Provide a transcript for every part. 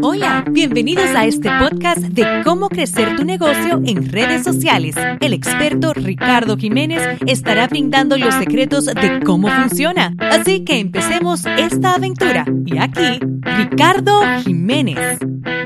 Hola, bienvenidos a este podcast de cómo crecer tu negocio en redes sociales. El experto Ricardo Jiménez estará brindando los secretos de cómo funciona. Así que empecemos esta aventura. Y aquí, Ricardo Jiménez.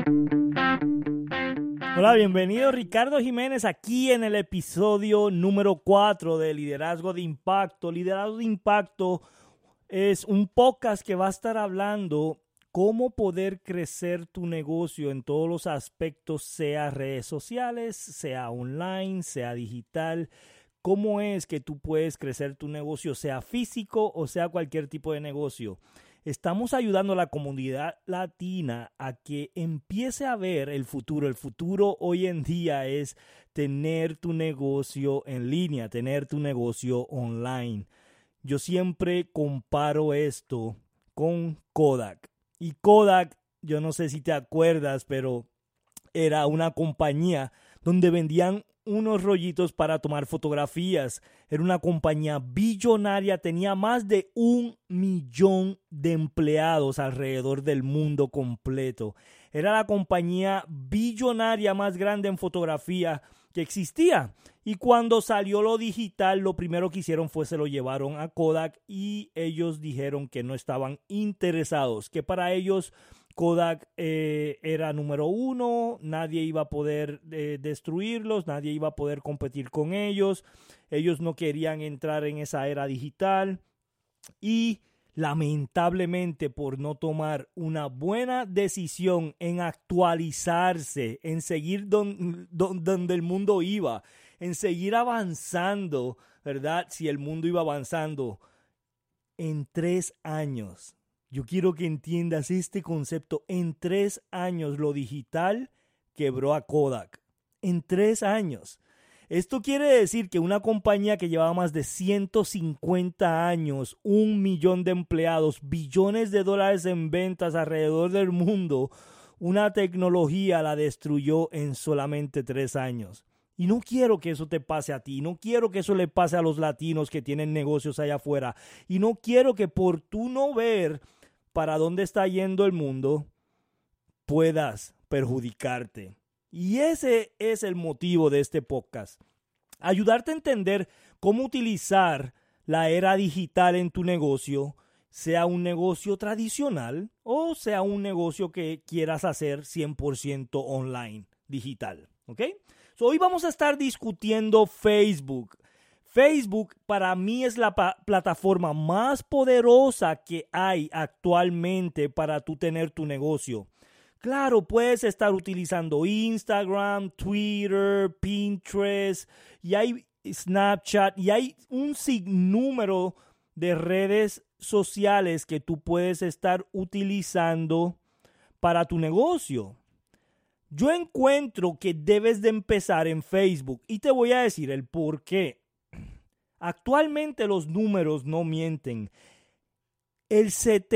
Hola, bienvenido Ricardo Jiménez aquí en el episodio número 4 de Liderazgo de Impacto. Liderazgo de Impacto es un podcast que va a estar hablando cómo poder crecer tu negocio en todos los aspectos, sea redes sociales, sea online, sea digital. Cómo es que tú puedes crecer tu negocio, sea físico o sea cualquier tipo de negocio. Estamos ayudando a la comunidad latina a que empiece a ver el futuro. El futuro hoy en día es tener tu negocio en línea, tener tu negocio online. Yo siempre comparo esto con Kodak. Y Kodak, yo no sé si te acuerdas, pero era una compañía donde vendían unos rollitos para tomar fotografías. Era una compañía billonaria, tenía más de 1 millón de empleados alrededor del mundo completo. Era la compañía billonaria más grande en fotografía que existía. Y cuando salió lo digital, lo primero que hicieron fue se lo llevaron a Kodak y ellos dijeron que no estaban interesados, que para ellos Kodak era número 1, nadie iba a poder destruirlos, nadie iba a poder competir con ellos. Ellos no querían entrar en esa era digital y lamentablemente por no tomar una buena decisión en actualizarse, en seguir donde el mundo iba, en seguir avanzando, ¿verdad? Si el mundo iba avanzando en 3 años. Yo quiero que entiendas este concepto. En 3 años lo digital quebró a Kodak. En 3 años. Esto quiere decir que una compañía que llevaba más de 150 años, 1 millón de empleados, billones de dólares en ventas alrededor del mundo, una tecnología la destruyó en solamente 3 años. Y no quiero que eso te pase a ti, no quiero que eso le pase a los latinos que tienen negocios allá afuera. Y no quiero que por tú no ver para dónde está yendo el mundo, puedas perjudicarte. Y ese es el motivo de este podcast. Ayudarte a entender cómo utilizar la era digital en tu negocio, sea un negocio tradicional o sea un negocio que quieras hacer 100% online, digital. ¿Ok? Hoy vamos a estar discutiendo Facebook. Facebook para mí es la plataforma más poderosa que hay actualmente para tú tener tu negocio. Claro, puedes estar utilizando Instagram, Twitter, Pinterest, y hay Snapchat, y hay un sinnúmero de redes sociales que tú puedes estar utilizando para tu negocio. Yo encuentro que debes de empezar en Facebook y te voy a decir el por qué. Actualmente los números no mienten. El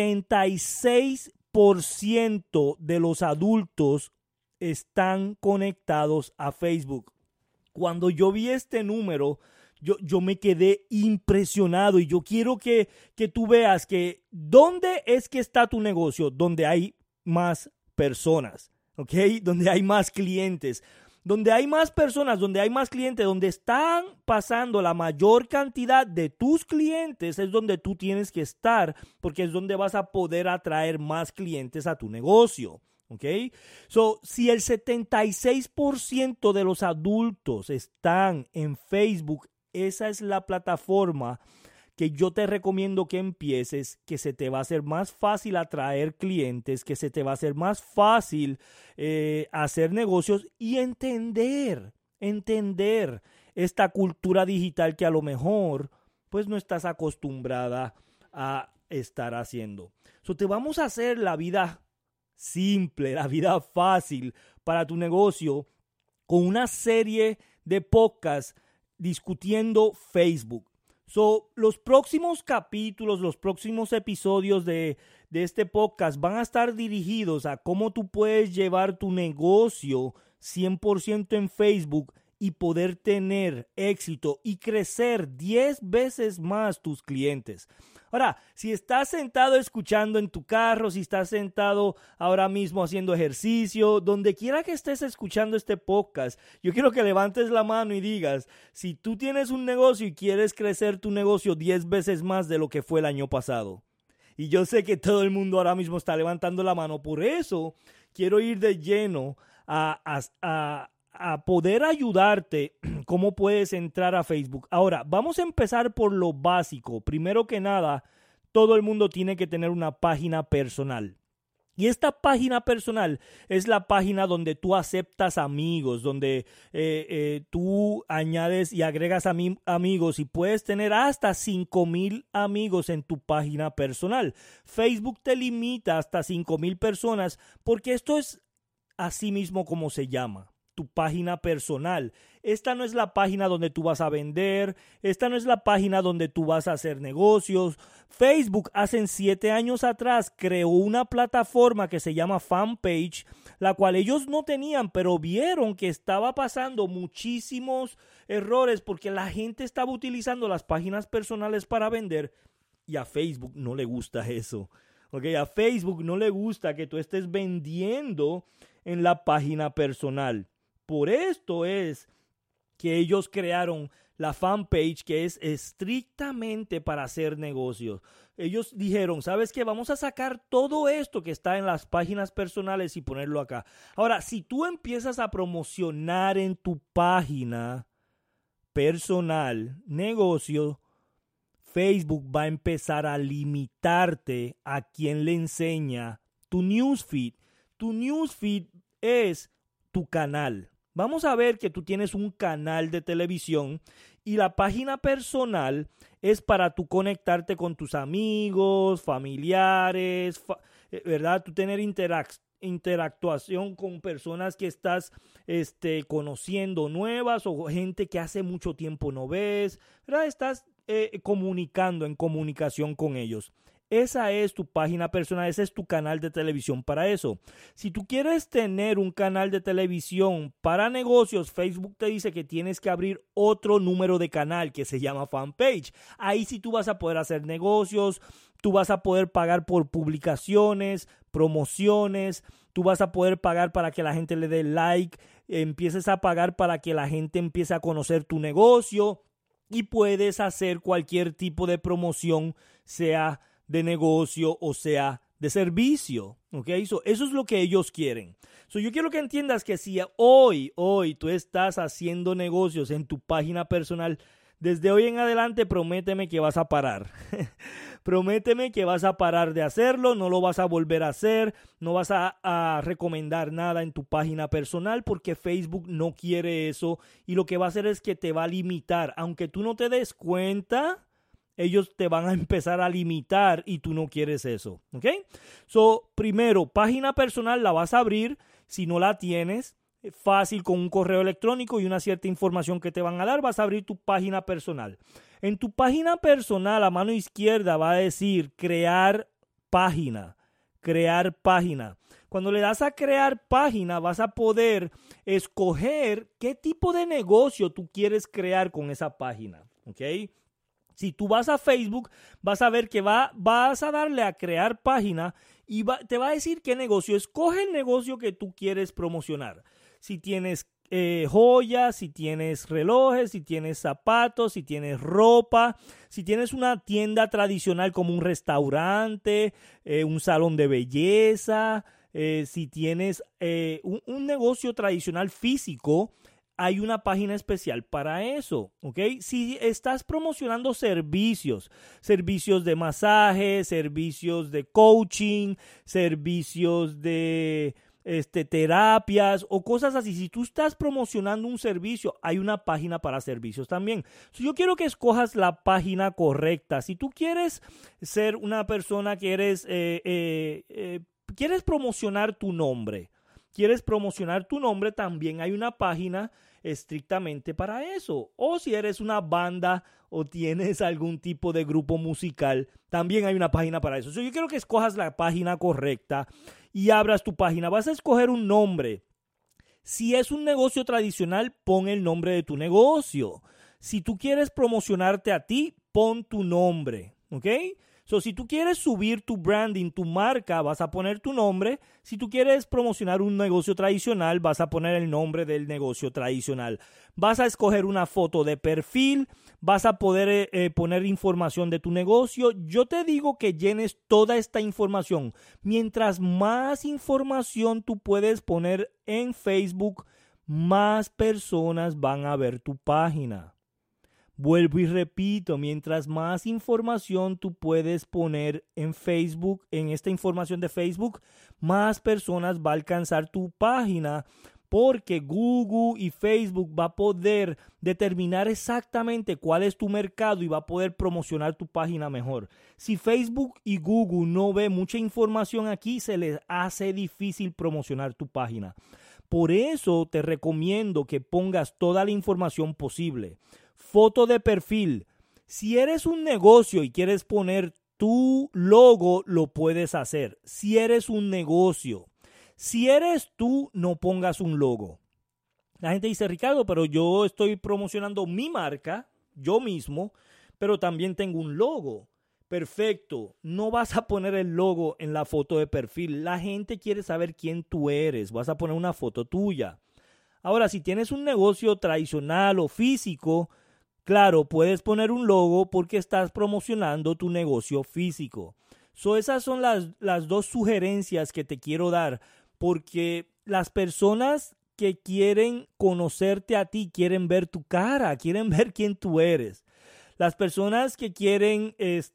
76% de los adultos están conectados a Facebook. Cuando yo vi este número, yo me quedé impresionado y yo quiero que tú veas que ¿dónde es que está tu negocio? Donde hay más personas. ¿Ok? Donde hay más clientes, donde hay más personas, donde hay más clientes, donde están pasando la mayor cantidad de tus clientes es donde tú tienes que estar porque es donde vas a poder atraer más clientes a tu negocio. ¿Ok? Si el 76% de los adultos están en Facebook, esa es la plataforma que yo te recomiendo que empieces, que se te va a hacer más fácil atraer clientes, que se te va a hacer más fácil hacer negocios y entender esta cultura digital que a lo mejor pues no estás acostumbrada a estar haciendo. Te vamos a hacer la vida simple, la vida fácil para tu negocio con una serie de podcasts discutiendo Facebook. Los próximos capítulos, los próximos episodios de este podcast van a estar dirigidos a cómo tú puedes llevar tu negocio 100% en Facebook y poder tener éxito y crecer 10 veces más tus clientes. Ahora, si estás sentado escuchando en tu carro, si estás sentado ahora mismo haciendo ejercicio, donde quiera que estés escuchando este podcast, yo quiero que levantes la mano y digas, si tú tienes un negocio y quieres crecer tu negocio 10 veces más de lo que fue el año pasado. Y yo sé que todo el mundo ahora mismo está levantando la mano, por eso quiero ir de lleno a poder ayudarte cómo puedes entrar a Facebook. Ahora, vamos a empezar por lo básico. Primero que nada, todo el mundo tiene que tener una página personal. Y esta página personal es la página donde tú aceptas amigos, donde tú añades y agregas amigos y puedes tener hasta 5,000 amigos en tu página personal. Facebook te limita hasta 5,000 personas porque esto es así mismo como se llama. Tu página personal. Esta no es la página donde tú vas a vender, esta no es la página donde tú vas a hacer negocios. Facebook hace 7 años atrás creó una plataforma que se llama Fanpage, la cual ellos no tenían, pero vieron que estaba pasando muchísimos errores porque la gente estaba utilizando las páginas personales para vender y a Facebook no le gusta eso. Okay, a Facebook no le gusta que tú estés vendiendo en la página personal. Por esto es que ellos crearon la fanpage, que es estrictamente para hacer negocios. Ellos dijeron, ¿sabes qué? Vamos a sacar todo esto que está en las páginas personales y ponerlo acá. Ahora, si tú empiezas a promocionar en tu página personal negocio, Facebook va a empezar a limitarte a quien le enseña tu newsfeed. Tu newsfeed es tu canal. Vamos a ver que tú tienes un canal de televisión y la página personal es para tú conectarte con tus amigos, familiares, ¿verdad? Tú tener interactuación con personas que estás conociendo nuevas o gente que hace mucho tiempo no ves, ¿verdad? Estás en comunicación con ellos. Esa es tu página personal, ese es tu canal de televisión para eso. Si tú quieres tener un canal de televisión para negocios, Facebook te dice que tienes que abrir otro número de canal que se llama fanpage. Ahí sí tú vas a poder hacer negocios, tú vas a poder pagar por publicaciones, promociones, tú vas a poder pagar para que la gente le dé like, empieces a pagar para que la gente empiece a conocer tu negocio y puedes hacer cualquier tipo de promoción, sea de negocio o sea de servicio, ¿ok? Eso es lo que ellos quieren. Yo quiero que entiendas que si hoy tú estás haciendo negocios en tu página personal, desde hoy en adelante prométeme que vas a parar. Prométeme que vas a parar de hacerlo, no lo vas a volver a hacer, no vas a recomendar nada en tu página personal porque Facebook no quiere eso y lo que va a hacer es que te va a limitar. Aunque tú no te des cuenta, ellos te van a empezar a limitar y tú no quieres eso, ¿ok? Primero, página personal la vas a abrir si no la tienes. Fácil, con un correo electrónico y una cierta información que te van a dar, vas a abrir tu página personal. En tu página personal, a mano izquierda va a decir crear página. Crear página. Cuando le das a crear página, vas a poder escoger qué tipo de negocio tú quieres crear con esa página, ¿ok? Si tú vas a Facebook, vas a ver que vas a darle a crear página y te va a decir qué negocio. Escoge el negocio que tú quieres promocionar. Si tienes joyas, si tienes relojes, si tienes zapatos, si tienes ropa, si tienes una tienda tradicional como un restaurante, un salón de belleza, si tienes un negocio tradicional físico, hay una página especial para eso, ¿ok? Si estás promocionando servicios de masaje, servicios de coaching, servicios de terapias o cosas así. Si tú estás promocionando un servicio, hay una página para servicios también. Yo quiero que escojas la página correcta. Si tú quieres ser una persona que quieres promocionar tu nombre, también hay una página estrictamente para eso. O si eres una banda o tienes algún tipo de grupo musical, también hay una página para eso. Yo quiero que escojas la página correcta y abras tu página. Vas a escoger un nombre. Si es un negocio tradicional, pon el nombre de tu negocio. Si tú quieres promocionarte a ti, pon tu nombre, ¿ok? Si tú quieres subir tu branding, tu marca, vas a poner tu nombre. Si tú quieres promocionar un negocio tradicional, vas a poner el nombre del negocio tradicional. Vas a escoger una foto de perfil, vas a poder poner información de tu negocio. Yo te digo que llenes toda esta información. Mientras más información tú puedes poner en Facebook, más personas van a ver tu página. Vuelvo y repito, mientras más información tú puedes poner en Facebook, en esta información de Facebook, más personas va a alcanzar tu página, porque Google y Facebook va a poder determinar exactamente cuál es tu mercado y va a poder promocionar tu página mejor. Si Facebook y Google no ven mucha información aquí, se les hace difícil promocionar tu página. Por eso te recomiendo que pongas toda la información posible. Foto de perfil. Si eres un negocio y quieres poner tu logo, lo puedes hacer. Si eres un negocio. Si eres tú, no pongas un logo. La gente dice, Ricardo, pero yo estoy promocionando mi marca, yo mismo, pero también tengo un logo. Perfecto. No vas a poner el logo en la foto de perfil. La gente quiere saber quién tú eres. Vas a poner una foto tuya. Ahora, si tienes un negocio tradicional o físico, claro, puedes poner un logo porque estás promocionando tu negocio físico. Esas son las dos sugerencias que te quiero dar, porque las personas que quieren conocerte a ti quieren ver tu cara, quieren ver quién tú eres. Las personas que quieren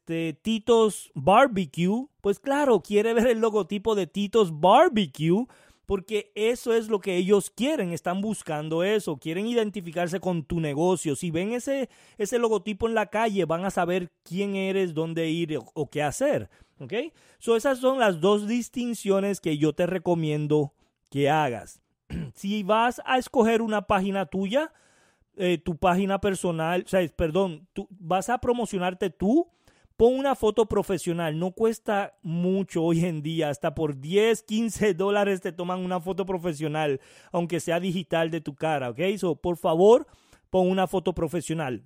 Tito's Barbecue, pues claro, quiere ver el logotipo de Tito's Barbecue, porque eso es lo que ellos quieren, están buscando eso, quieren identificarse con tu negocio. Si ven ese logotipo en la calle, van a saber quién eres, dónde ir o qué hacer, ¿ok? Esas son las dos distinciones que yo te recomiendo que hagas. Si vas a escoger una página tuya, tu página personal, tú vas a promocionarte tú, pon una foto profesional. No cuesta mucho hoy en día, hasta por $10, $15 te toman una foto profesional, aunque sea digital de tu cara, ¿ok? Por favor, pon una foto profesional.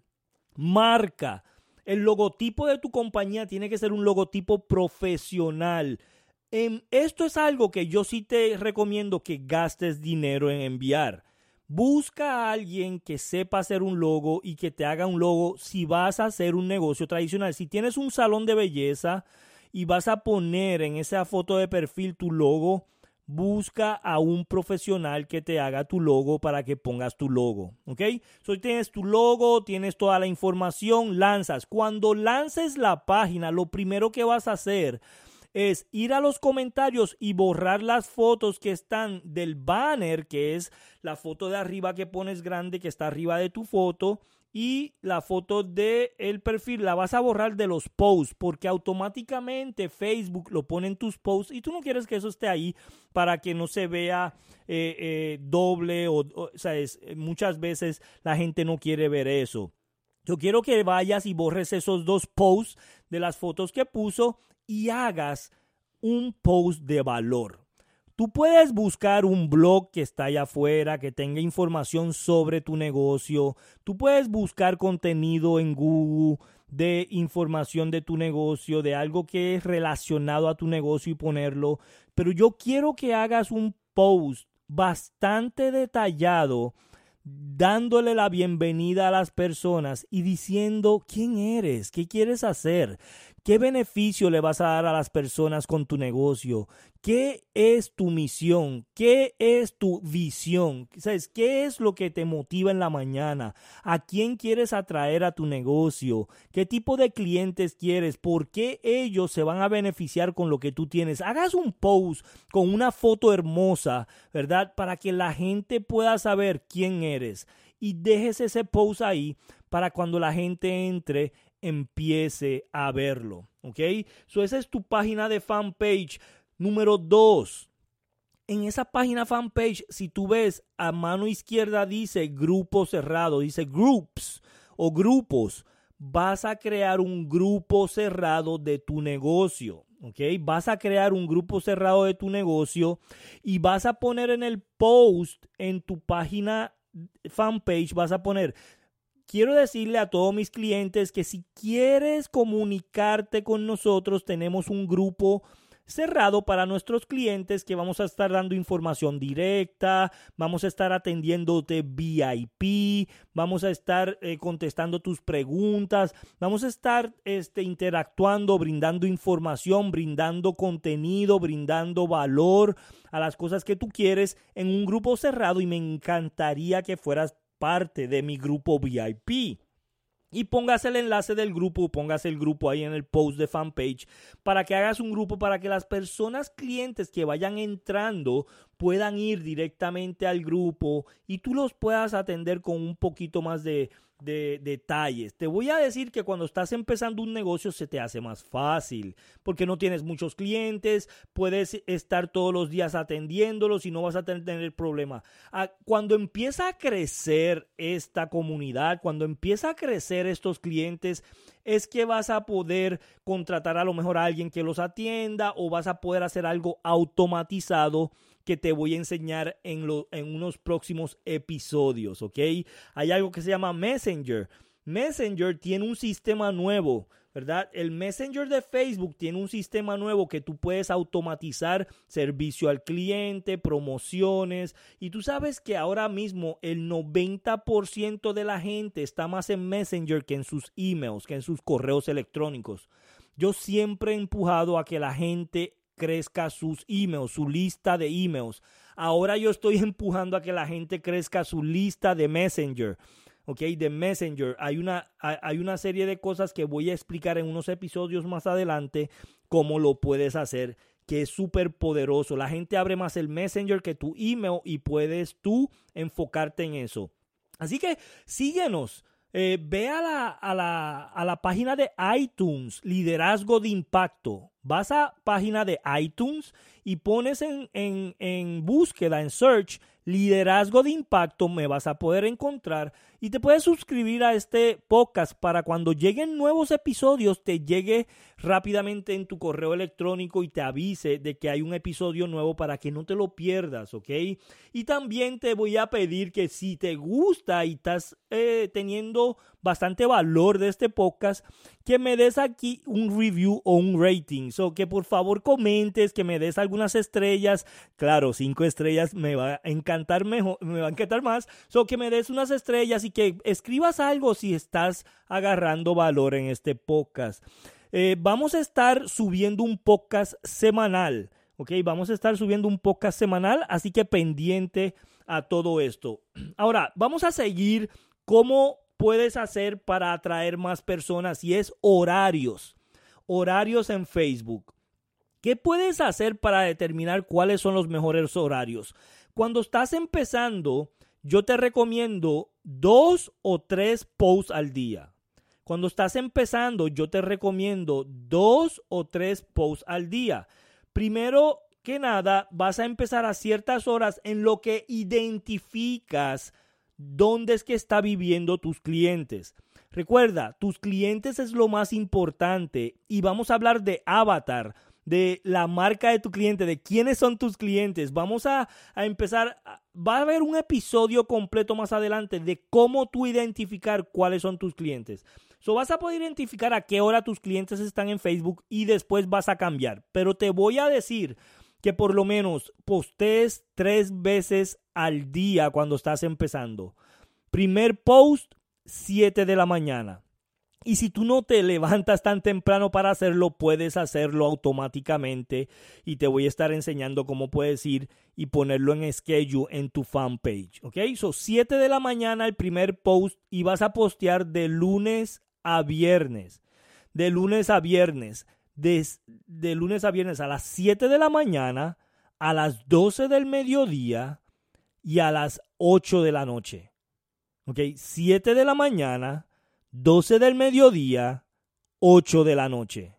Marca. El logotipo de tu compañía tiene que ser un logotipo profesional. Esto es algo que yo sí te recomiendo que gastes dinero en enviar. Busca a alguien que sepa hacer un logo y que te haga un logo si vas a hacer un negocio tradicional. Si tienes un salón de belleza y vas a poner en esa foto de perfil tu logo, busca a un profesional que te haga tu logo para que pongas tu logo, ¿ok? Tienes tu logo, tienes toda la información, lanzas. Cuando lances la página, lo primero que vas a hacer es ir a los comentarios y borrar las fotos que están del banner, que es la foto de arriba que pones grande, que está arriba de tu foto, y la foto del perfil la vas a borrar de los posts, porque automáticamente Facebook lo pone en tus posts y tú no quieres que eso esté ahí para que no se vea doble muchas veces la gente no quiere ver eso. Yo quiero que vayas y borres esos dos posts de las fotos que puso y hagas un post de valor. Tú puedes buscar un blog que está allá afuera, que tenga información sobre tu negocio. Tú puedes buscar contenido en Google de información de tu negocio, de algo que es relacionado a tu negocio y ponerlo. Pero yo quiero que hagas un post bastante detallado, dándole la bienvenida a las personas y diciendo quién eres, qué quieres hacer, qué beneficio le vas a dar a las personas con tu negocio, qué es tu misión, qué es tu visión, ¿sabes? ¿Qué es lo que te motiva en la mañana? ¿A quién quieres atraer a tu negocio? ¿Qué tipo de clientes quieres? ¿Por qué ellos se van a beneficiar con lo que tú tienes? Hagas un post con una foto hermosa, ¿verdad? Para que la gente pueda saber quién eres y dejes ese post ahí para cuando la gente entre empiece a verlo, ¿ok? Esa es tu página de fanpage. Número 2, en esa página fanpage, si tú ves a mano izquierda dice grupo cerrado, dice groups o grupos, vas a crear un grupo cerrado de tu negocio, ¿ok? Vas a crear un grupo cerrado de tu negocio y vas a poner en el post en tu página fanpage, vas a poner: quiero decirle a todos mis clientes que si quieres comunicarte con nosotros, tenemos un grupo cerrado para nuestros clientes que vamos a estar dando información directa, vamos a estar atendiéndote VIP, vamos a estar contestando tus preguntas, vamos a estar interactuando, brindando información, brindando contenido, brindando valor a las cosas que tú quieres en un grupo cerrado y me encantaría que fueras parte de mi grupo VIP. Y pongas el enlace del grupo, pongas el grupo ahí en el post de fanpage para que hagas un grupo para que las personas clientes que vayan entrando puedan ir directamente al grupo y tú los puedas atender con un poquito más de detalles. Te voy a decir que cuando estás empezando un negocio se te hace más fácil porque no tienes muchos clientes, puedes estar todos los días atendiéndolos y no vas a tener problema. Cuando empieza a crecer esta comunidad, cuando empieza a crecer estos clientes, es que vas a poder contratar a lo mejor a alguien que los atienda o vas a poder hacer algo automatizado que te voy a enseñar en unos próximos episodios, ¿ok? Hay algo que se llama Messenger. Messenger tiene un sistema nuevo, ¿verdad? El Messenger de Facebook tiene un sistema nuevo que tú puedes automatizar servicio al cliente, promociones. Y tú sabes que ahora mismo el 90% de la gente está más en Messenger que en sus emails, que en sus correos electrónicos. Yo siempre he empujado a que la gente crezca sus emails, su lista de emails. Ahora yo estoy empujando a que la gente crezca su lista de Messenger. ¿Ok? De Messenger. Hay una serie de cosas que voy a explicar en unos episodios más adelante cómo lo puedes hacer, que es súper poderoso. La gente abre más el Messenger que tu email y puedes tú enfocarte en eso. Así que síguenos. Ve a la página de iTunes, Liderazgo de Impacto. Vas a página de iTunes y pones en búsqueda, en search, Liderazgo de Impacto, me vas a poder encontrar y te puedes suscribir a este podcast para cuando lleguen nuevos episodios te llegue rápidamente en tu correo electrónico y te avise de que hay un episodio nuevo para que no te lo pierdas, ¿ok? Y también te voy a pedir que si te gusta y estás teniendo bastante valor de este podcast, que me des aquí un review o un rating. So, que por favor comentes, que me des algunas estrellas. Claro, 5 estrellas me va a encantar mejor, me va a encantar más. So, que me des unas estrellas y que escribas algo si estás agarrando valor en este podcast. Vamos a estar subiendo un podcast semanal. ¿Ok? Vamos a estar subiendo un podcast semanal, así que pendiente a todo esto. Ahora, vamos a seguir cómo puedes hacer para atraer más personas y es horarios en Facebook. ¿Qué puedes hacer para determinar cuáles son los mejores horarios? Cuando estás empezando, yo te recomiendo 2 o 3 posts al día. Cuando estás empezando, yo te recomiendo 2 o 3 posts al día. Primero que nada, vas a empezar a ciertas horas en lo que identificas dónde es que está viviendo tus clientes. Recuerda, tus clientes es lo más importante y vamos a hablar de avatar, de la marca de tu cliente, de quiénes son tus clientes. Vamos a empezar, va a haber un episodio completo más adelante de cómo tú identificar cuáles son tus clientes. So, vas a poder identificar a qué hora tus clientes están en Facebook y después vas a cambiar. Pero te voy a decir que por lo menos postees 3 veces al día cuando estás empezando. Primer post, 7 de la mañana. Y si tú no te levantas tan temprano para hacerlo, puedes hacerlo automáticamente. Y te voy a estar enseñando cómo puedes ir y ponerlo en schedule en tu fanpage. ¿Ok? So, 7 de la mañana el primer post y vas a postear de lunes a viernes. De lunes a viernes. De lunes a viernes a las 7 de la mañana, a las 12 del mediodía y a las 8 de la noche. ¿Ok? 7 de la mañana, 12 del mediodía, 8 de la noche.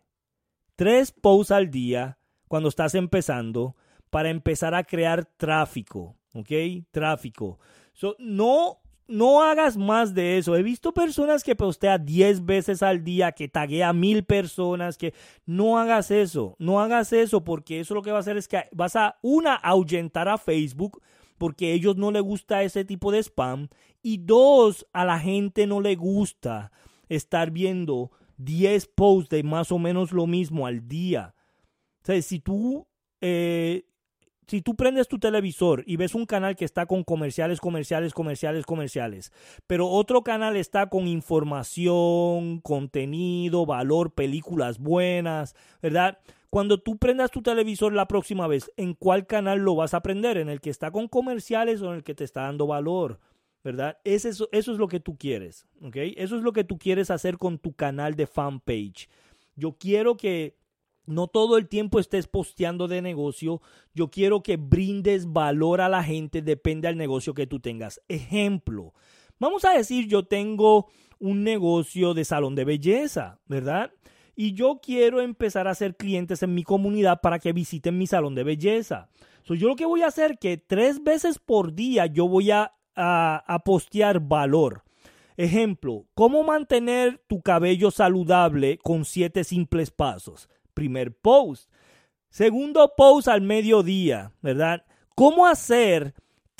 3 posts al día cuando estás empezando para empezar a crear tráfico. ¿Ok? Tráfico. So, no hagas más de eso. He visto personas que postean 10 veces al día, que taguea a 1000 personas, que no hagas eso. No hagas eso porque eso lo que va a hacer es que vas a ahuyentar a Facebook. porque a ellos no les gusta ese tipo de spam. Y 2, a la gente no le gusta estar viendo 10 posts de más o menos lo mismo al día. O sea, si tú prendes tu televisor y ves un canal que está con comerciales, pero otro canal está con información, contenido, valor, películas buenas, ¿verdad? Cuando tú prendas tu televisor la próxima vez, ¿en cuál canal lo vas a prender? ¿En el que está con comerciales o en el que te está dando valor? ¿Verdad? Eso es lo que tú quieres, ¿ok? Eso es lo que tú quieres hacer con tu canal de fanpage. Yo quiero que no todo el tiempo estés posteando de negocio. Yo quiero que brindes valor a la gente, depende del negocio que tú tengas. Ejemplo, vamos a decir yo tengo un negocio de salón de belleza, ¿verdad? Y yo quiero empezar a hacer clientes en mi comunidad para que visiten mi salón de belleza. Yo lo que voy a hacer es que 3 veces por día yo voy a postear valor. Ejemplo, ¿cómo mantener tu cabello saludable con 7 simples pasos? Primer post. Segundo post al mediodía, ¿verdad? ¿Cómo hacer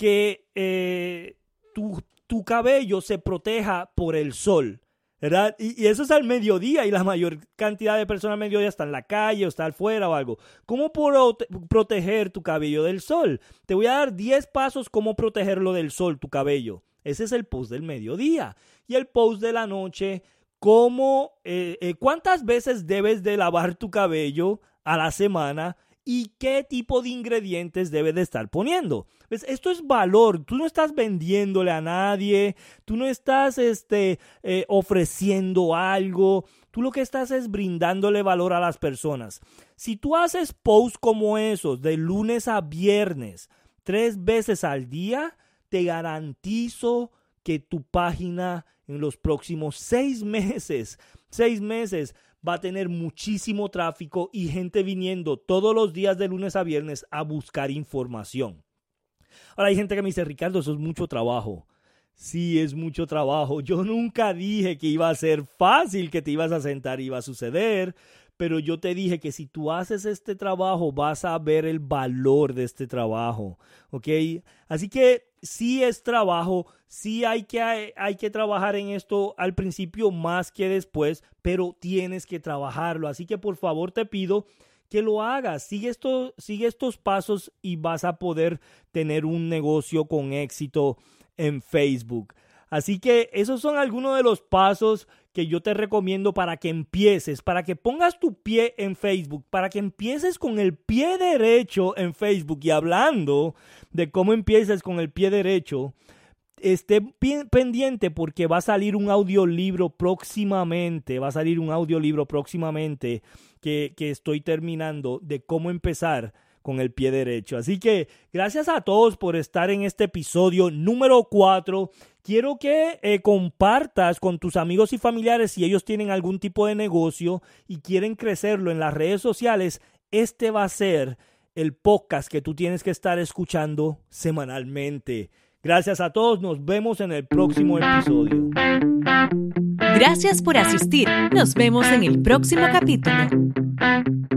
que tu cabello se proteja por el sol? ¿Verdad? Y eso es al mediodía y la mayor cantidad de personas al mediodía está en la calle o está afuera o algo. ¿Cómo proteger tu cabello del sol? Te voy a dar 10 pasos cómo protegerlo del sol, tu cabello. Ese es el post del mediodía. Y el post de la noche, ¿cuántas veces debes de lavar tu cabello a la semana? ¿Y qué tipo de ingredientes debes de estar poniendo? ¿Ves? Esto es valor. Tú no estás vendiéndole a nadie. Tú no estás ofreciendo algo. Tú lo que estás es brindándole valor a las personas. Si tú haces posts como esos de lunes a viernes 3 veces al día, te garantizo que tu página en los próximos 6 meses va a tener muchísimo tráfico y gente viniendo todos los días de lunes a viernes a buscar información. Ahora hay gente que me dice, Ricardo, eso es mucho trabajo. Sí, es mucho trabajo. Yo nunca dije que iba a ser fácil, que te ibas a sentar y iba a suceder, pero yo te dije que si tú haces este trabajo vas a ver el valor de este trabajo, ¿ok? Así que sí es trabajo, sí hay que trabajar en esto al principio más que después, pero tienes que trabajarlo. Así que por favor te pido que lo hagas. Sigue estos pasos y vas a poder tener un negocio con éxito en Facebook. Así que esos son algunos de los pasos que yo te recomiendo para que empieces, para que pongas tu pie en Facebook, para que empieces con el pie derecho en Facebook. Y hablando de cómo empieces con el pie derecho, esté pendiente porque va a salir un audiolibro próximamente, que estoy terminando de cómo empezar con el pie derecho. Así que gracias a todos por estar en este episodio número 4. Quiero que compartas con tus amigos y familiares si ellos tienen algún tipo de negocio y quieren crecerlo en las redes sociales. Este va a ser el podcast que tú tienes que estar escuchando semanalmente. Gracias a todos. Nos vemos en el próximo episodio. Gracias por asistir. Nos vemos en el próximo capítulo.